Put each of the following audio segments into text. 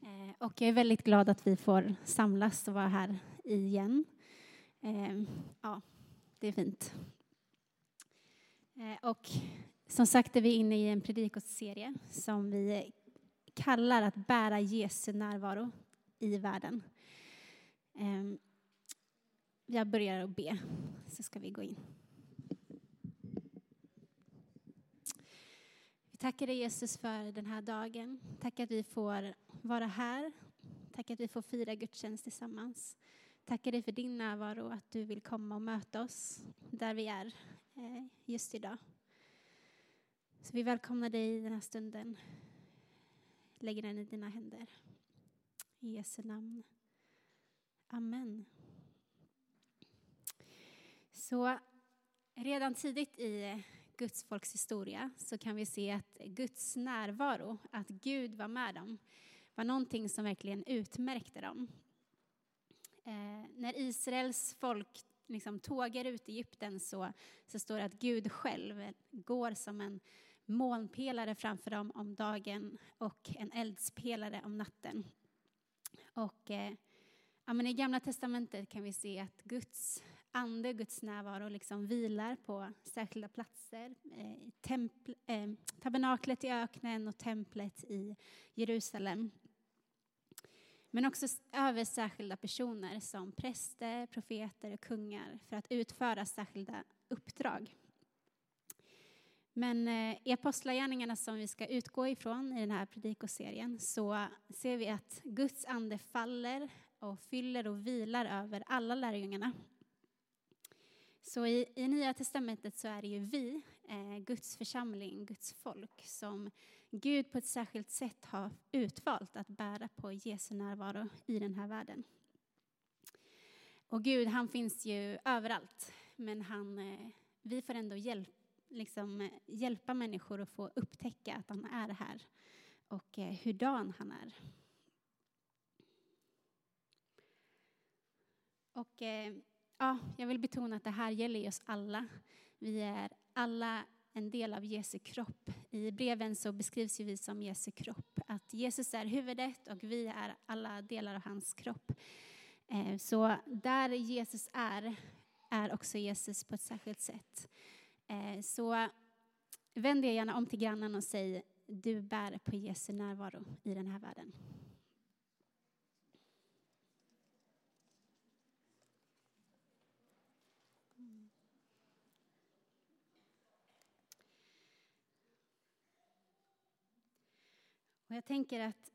Och jag är väldigt glad att vi får samlas och vara här igen. Ja, det är fint. Och som sagt är vi inne i en predikosserie som vi kallar att bära Jesu närvaro i världen. Jag börjar att be, så ska vi gå in. Vi tackar dig Jesus för den här dagen. Tack att vi får vara här. Tack att vi får fira gudstjänst tillsammans. Tackar dig för din närvaro, att du vill komma och möta oss där vi är just idag. Så vi välkomnar dig i den här stunden. Lägger den i dina händer. I Jesu namn. Amen. Så redan tidigt i Guds folks historia så kan vi se att Guds närvaro, att Gud var med dem, var någonting som verkligen utmärkte dem. När Israels folk tågar ut i Egypten så står det att Gud själv går som en molnpelare framför dem om dagen och en eldspelare om natten. Och i Gamla testamentet kan vi se att Guds ande, Guds närvaro vilar på särskilda platser. Tabernaklet i öknen och templet i Jerusalem. Men också över särskilda personer som präster, profeter och kungar för att utföra särskilda uppdrag. Men i apostlagärningarna som vi ska utgå ifrån i den här predikoserien så ser vi att Guds ande faller och fyller och vilar över alla lärjungarna. Så i Nya testamentet så är det ju vi, Guds församling, Guds folk, som Gud på ett särskilt sätt har utvalt att bära på Jesu närvaro i den här världen. Och Gud, han finns ju överallt, men vi får ändå hjälpa människor att få upptäcka att han är här och hurdan han är. Och jag vill betona att det här gäller oss alla. Vi är alla en del av Jesu kropp. I breven så beskrivs ju vi som Jesu kropp. Att Jesus är huvudet och vi är alla delar av hans kropp. Så där Jesus är också Jesus på ett särskilt sätt. Så vänd dig gärna om till grannen och säg: du bär på Jesu närvaro i den här världen. Och jag tänker att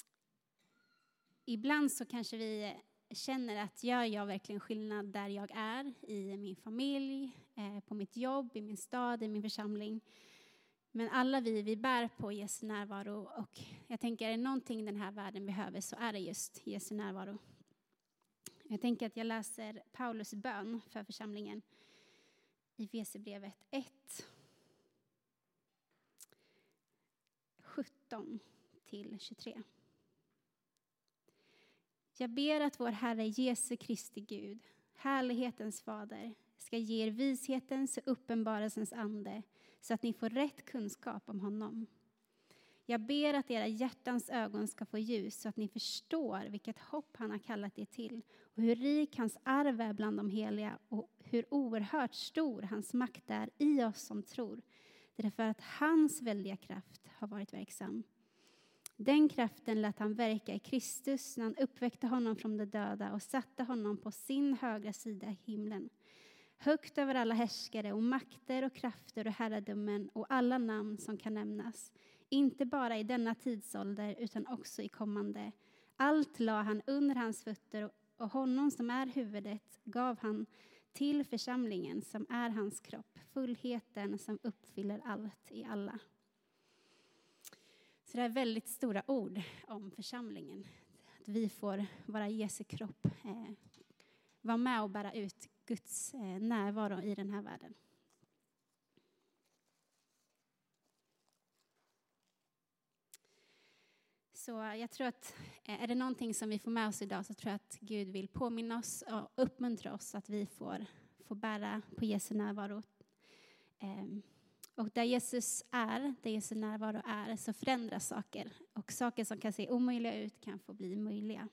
ibland så kanske vi känner att gör jag verkligen skillnad där jag är, i min familj, på mitt jobb, i min stad, i min församling. Men alla vi bär på Jesu närvaro, och jag tänker är det någonting den här världen behöver så är det just Jesu närvaro. Jag tänker att jag läser Paulus bön för församlingen i Efesierbrevet 1, 17-23. Jag ber att vår Herre Jesu Kristi Gud, härlighetens fader, ska ge er vishetens och uppenbarelsens ande så att ni får rätt kunskap om honom. Jag ber att era hjärtans ögon ska få ljus så att ni förstår vilket hopp han har kallat er till och hur rik hans arv är bland de heliga och hur oerhört stor hans makt är i oss som tror. Därför att hans väldiga kraft har varit verksam. Den kraften lät han verka i Kristus när han uppväckte honom från de döda och satte honom på sin högra sida i himlen. Högt över alla härskare och makter och krafter och herradömen och alla namn som kan nämnas. Inte bara i denna tidsålder utan också i kommande. Allt la han under hans fötter och honom som är huvudet gav han till församlingen som är hans kropp. Fullheten som uppfyller allt i alla. Så det är väldigt stora ord om församlingen. Att vi får vara Jesu kropp. Vara med och bära ut Guds närvaro i den här världen. Så jag tror att är det någonting som vi får med oss idag så tror jag att Gud vill påminna oss och uppmuntra oss att vi får bära på Jesu närvaro. Och där Jesus är, där Jesu närvaro är, så förändras saker. Och saker som kan se omöjliga ut kan få bli möjliga.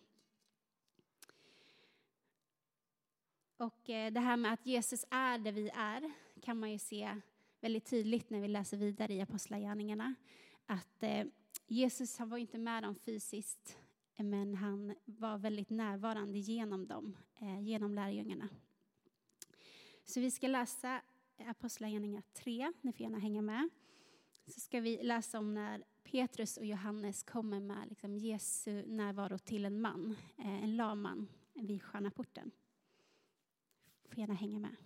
Och det här med att Jesus är det vi är kan man ju se väldigt tydligt när vi läser vidare i Apostlagärningarna. Att Jesus, han var inte med dem fysiskt, men han var väldigt närvarande genom dem, genom lärjungarna. Så vi ska läsa Apostlagärningarna 3, ni får gärna hänga med. Så ska vi läsa om när Petrus och Johannes kommer med liksom Jesu närvaro till en man, en lam man vid Stjärnaporten. Får gärna hänga med.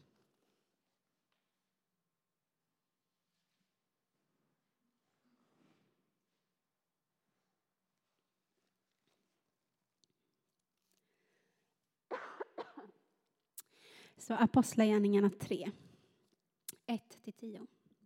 Så Apostlagärningarna 3, 1-10.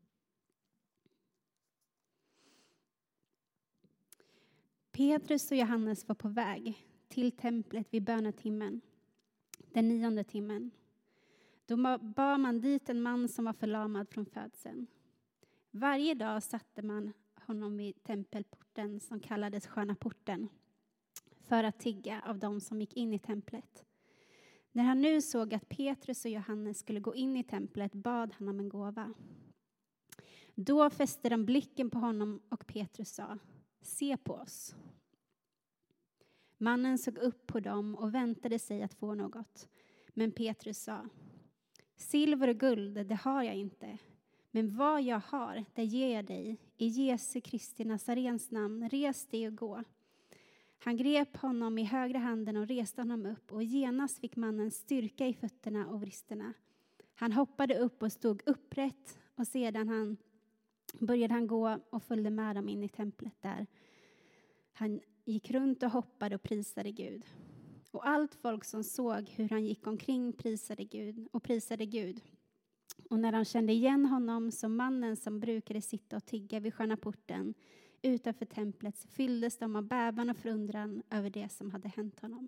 Petrus och Johannes var på väg till templet vid bönetimmen, den 9:e timmen. Då bar man dit en man som var förlamad från födseln. Varje dag satte man honom vid tempelporten som kallades Stjärnaporten för att tigga av dem som gick in i templet. När han nu såg att Petrus och Johannes skulle gå in i templet bad han om en gåva. Då fäste de blicken på honom och Petrus sa: se på oss. Mannen såg upp på dem och väntade sig att få något. Men Petrus sa: silver och guld, det har jag inte. Men vad jag har, det ger jag dig. I Jesu Kristi Nazarens namn, res dig och gå. Han grep honom i högra handen och reste honom upp. Och genast fick mannen styrka i fötterna och vristerna. Han hoppade upp och stod upprätt. Och sedan började han gå och följde med dem in i templet där. Han gick runt och hoppade och prisade Gud. Och allt folk som såg hur han gick omkring prisade Gud. Och när de kände igen honom som mannen som brukade sitta och tigga vid Stjärnaporten utanför templet, så fylldes de av bävan och förundran över det som hade hänt honom.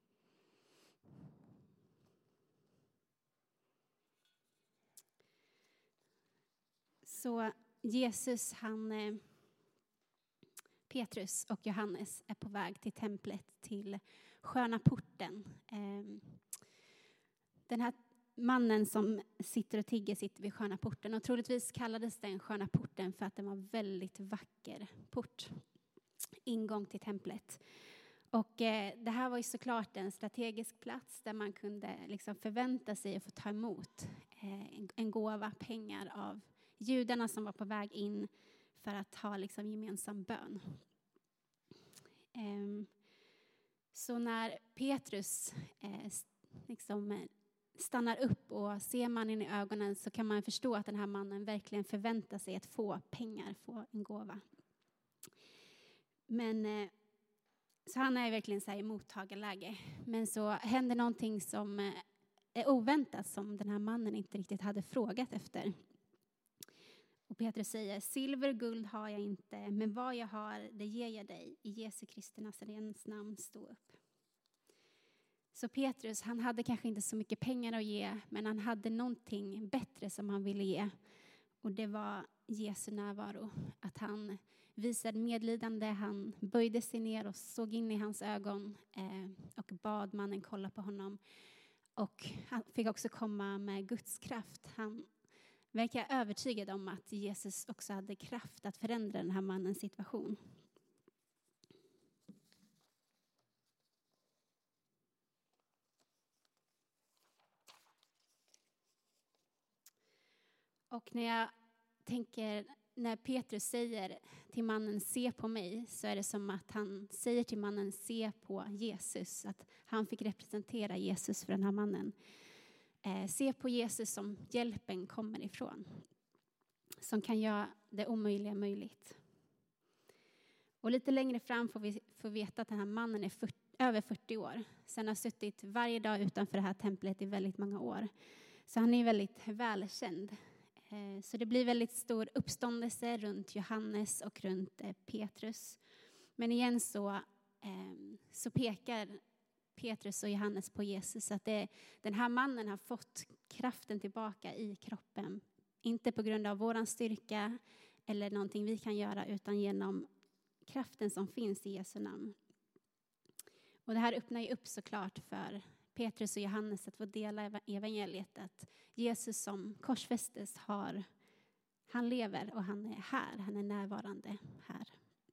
Så Jesus, Petrus och Johannes är på väg till templet, till Stjärnaporten. Den här mannen som sitter och tigger sitter vid Stjärnaporten. Och troligtvis kallades den Stjärnaporten för att den var väldigt vacker port. Ingång till templet. Och det här var ju såklart en strategisk plats där man kunde liksom förvänta sig att få ta emot en gåva, pengar av judarna som var på väg in för att ha liksom gemensam bön. Så när Petrus stannar upp och ser mannen i ögonen, så kan man förstå att den här mannen verkligen förväntar sig att få pengar, få en gåva. Men så han är verkligen så här i mottagarläge. Men så händer någonting som är oväntat, som den här mannen inte riktigt hade frågat efter. Och Petrus säger: silver och guld har jag inte, men vad jag har, det ger jag dig. I Jesu Kristi Nazarens namn, stå upp. Så Petrus, han hade kanske inte så mycket pengar att ge, men han hade någonting bättre som han ville ge. Och det var Jesu närvaro. Att han visade medlidande, han böjde sig ner och såg in i hans ögon och bad mannen kolla på honom. Och han fick också komma med Guds kraft. Han verkar övertygad om att Jesus också hade kraft att förändra den här mannens situation. Och när Petrus säger till mannen, se på mig, så är det som att han säger till mannen, se på Jesus. Att han fick representera Jesus för den här mannen. Se på Jesus som hjälpen kommer ifrån. Som kan göra det omöjliga möjligt. Och lite längre fram får vi få veta att den här mannen är över 40 år. Sen har suttit varje dag utanför det här templet i väldigt många år. Så han är väldigt välkänd. Så det blir väldigt stor uppståndelse runt Johannes och runt Petrus. Men igen så pekar Petrus och Johannes på Jesus. Att den här mannen har fått kraften tillbaka i kroppen Inte på grund av våran styrka eller någonting vi kan göra, utan genom kraften som finns i Jesu namn. Och det här öppnar ju upp såklart för Petrus och Johannes att få dela evangeliet. Att Jesus som korsfästes han lever och han är här. Han är närvarande här.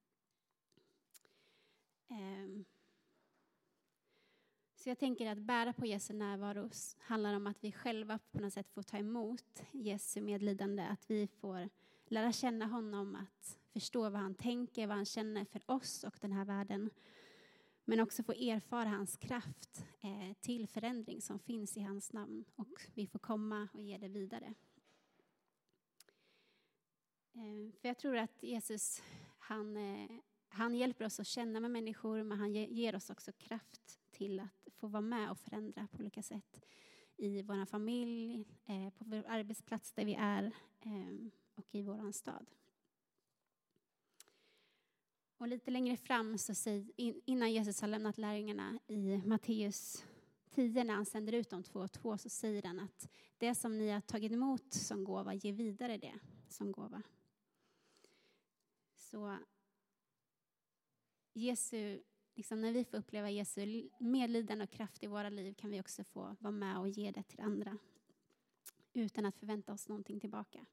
Så jag tänker att bära på Jesu närvaro handlar om att vi själva på något sätt får ta emot Jesu medlidande. Att vi får lära känna honom, att förstå vad han tänker, vad han känner för oss och den här världen. Men också få erfara hans kraft till förändring som finns i hans namn. Och vi får komma och ge det vidare. För jag tror att Jesus, han hjälper oss att känna med människor, men han ger oss också kraft till att få vara med och förändra på olika sätt. I vår familj, på vår arbetsplats där vi är och i vår stad. Och lite längre fram, innan Jesus har lämnat lärjungarna i Matteus 10, när han sänder ut dem 2 och 2, så säger han att det som ni har tagit emot som gåva, ge vidare det som gåva. Så när vi får uppleva Jesu medlidande och kraft i våra liv, kan vi också få vara med och ge det till andra utan att förvänta oss någonting tillbaka.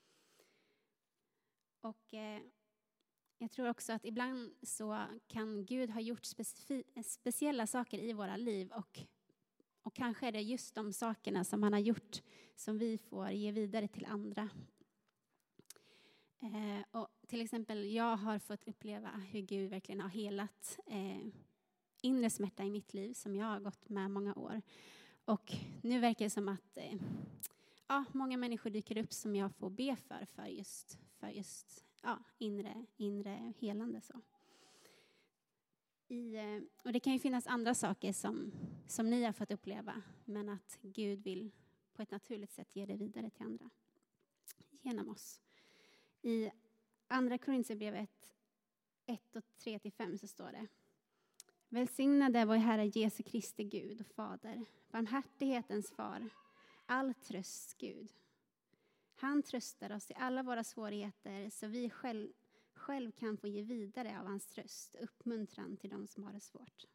Och jag tror också att ibland så kan Gud ha gjort speciella saker i våra liv, och kanske är det just de sakerna som han har gjort som vi får ge vidare till andra. Och till exempel, jag har fått uppleva hur Gud verkligen har helat inre smärta i mitt liv som jag har gått med många år. Och nu verkar det som att många människor dyker upp som jag får be för just inre helande. Så. Och det kan ju finnas andra saker som ni har fått uppleva, men att Gud vill på ett naturligt sätt ge det vidare till andra genom oss. I andra Korinthierbrevet 1:3-5 så står det: välsignade vår Herre Jesu Kristi Gud och Fader, barmhärtighetens far, all trösts Gud. Han tröstar oss i alla våra svårigheter, så vi själv kan få ge vidare av hans tröst och uppmuntran till de som har det svårt.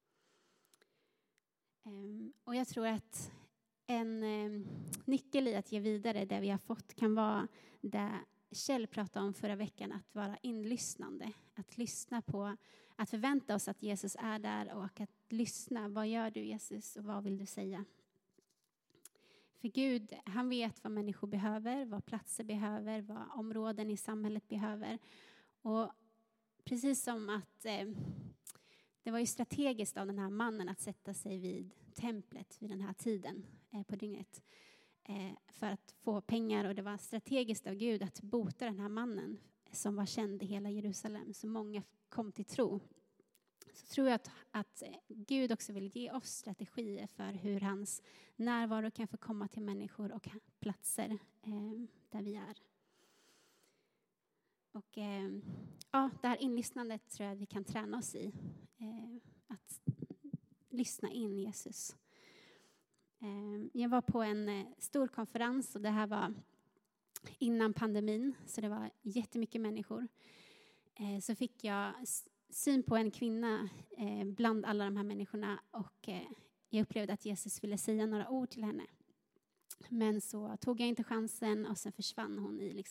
Och jag tror att en nyckel i att ge vidare det vi har fått kan vara det Kjell pratade om förra veckan, att vara inlyssnande. Att lyssna på, att förvänta oss att Jesus är där, och att lyssna. Vad gör du, Jesus, och vad vill du säga? För Gud, han vet vad människor behöver, vad platser behöver, vad områden i samhället behöver. Och precis som att det var ju strategiskt av den här mannen att sätta sig vid templet vid den här tiden på dygnet för att få pengar. Och det var strategiskt av Gud att bota den här mannen som var känd i hela Jerusalem. Så många kom till tro. Så tror jag att Gud också vill ge oss strategier för hur hans närvaro kan få komma till människor och platser där vi är. Och det här inlyssnandet tror jag att vi kan träna oss i. Att lyssna in Jesus. Jag var på en stor konferens, och det här var innan pandemin, så det var jättemycket människor. Så fick jag syn på en kvinna bland alla de här människorna, och jag upplevde att Jesus ville säga några ord till henne. Men så tog jag inte chansen, och sen försvann hon i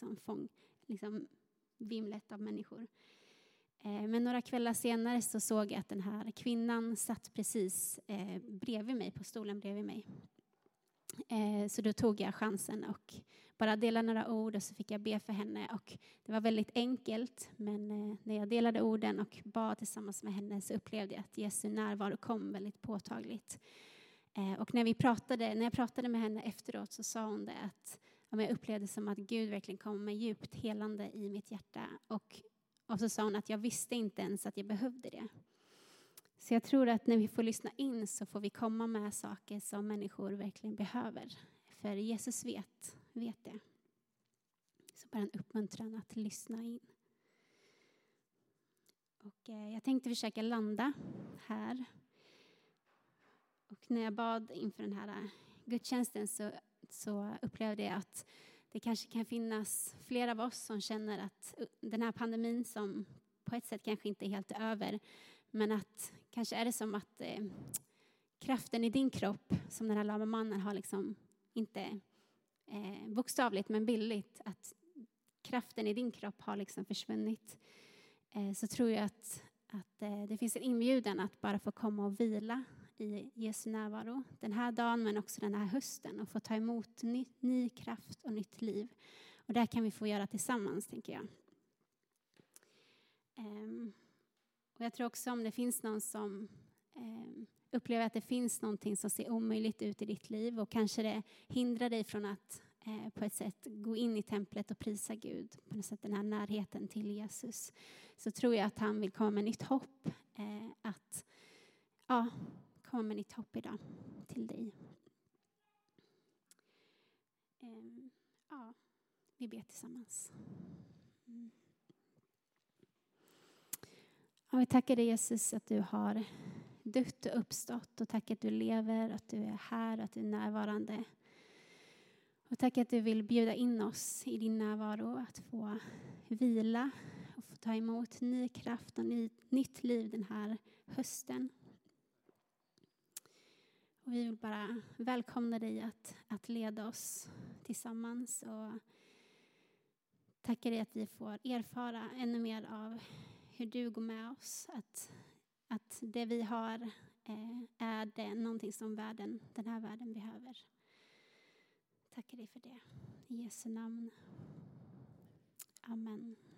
vimlet av människor. Men några kvällar senare så såg jag att den här kvinnan satt precis bredvid mig, på stolen bredvid mig. Så då tog jag chansen och bara delade några ord, och så fick jag be för henne. Och det var väldigt enkelt, men när jag delade orden och bad tillsammans med henne så upplevde jag att Jesu närvaro kom väldigt påtagligt. Och när jag pratade med henne efteråt så sa hon det att jag upplevde som att Gud verkligen kom med djupt helande i mitt hjärta. Och så sa hon att jag visste inte ens att jag behövde det. Så jag tror att när vi får lyssna in så får vi komma med saker som människor verkligen behöver. För Jesus vet det. Så bara en uppmuntran att lyssna in. Och jag tänkte försöka landa här. Och när jag bad inför den här gudstjänsten så upplevde jag att Det kanske kan finnas flera av oss som känner att den här pandemin, som på ett sätt kanske inte är helt över, men att kanske är det som att kraften i din kropp, som den här lama mannen har liksom, inte bokstavligt men bildligt, att kraften i din kropp har liksom försvunnit. Så tror jag att det finns en inbjudan att bara få komma och vila i Jesu närvaro den här dagen, men också den här hösten, och få ta emot ny kraft och nytt liv. Och det kan vi få göra tillsammans, tänker jag. Och jag tror också, om det finns någon som upplever att det finns någonting som ser omöjligt ut i ditt liv, och kanske det hindrar dig från att på ett sätt gå in i templet och prisa Gud, på något sätt den här närheten till Jesus, så tror jag att han vill komma med nytt hopp, komma med nytt hopp idag till dig. Vi ber tillsammans. Vi tackar dig, Jesus, att du har dött och uppstått, och tack att du lever, att du är här, att du är närvarande. Och tack att du vill bjuda in oss i din närvaro, att få vila och få ta emot ny kraft och nytt liv den här hösten. Och vi vill bara välkomna dig att leda oss tillsammans, och tacka dig att vi får erfara ännu mer av hur du går med oss. Att det vi har är det någonting som den här världen behöver. Tackar dig för det. I Jesu namn. Amen.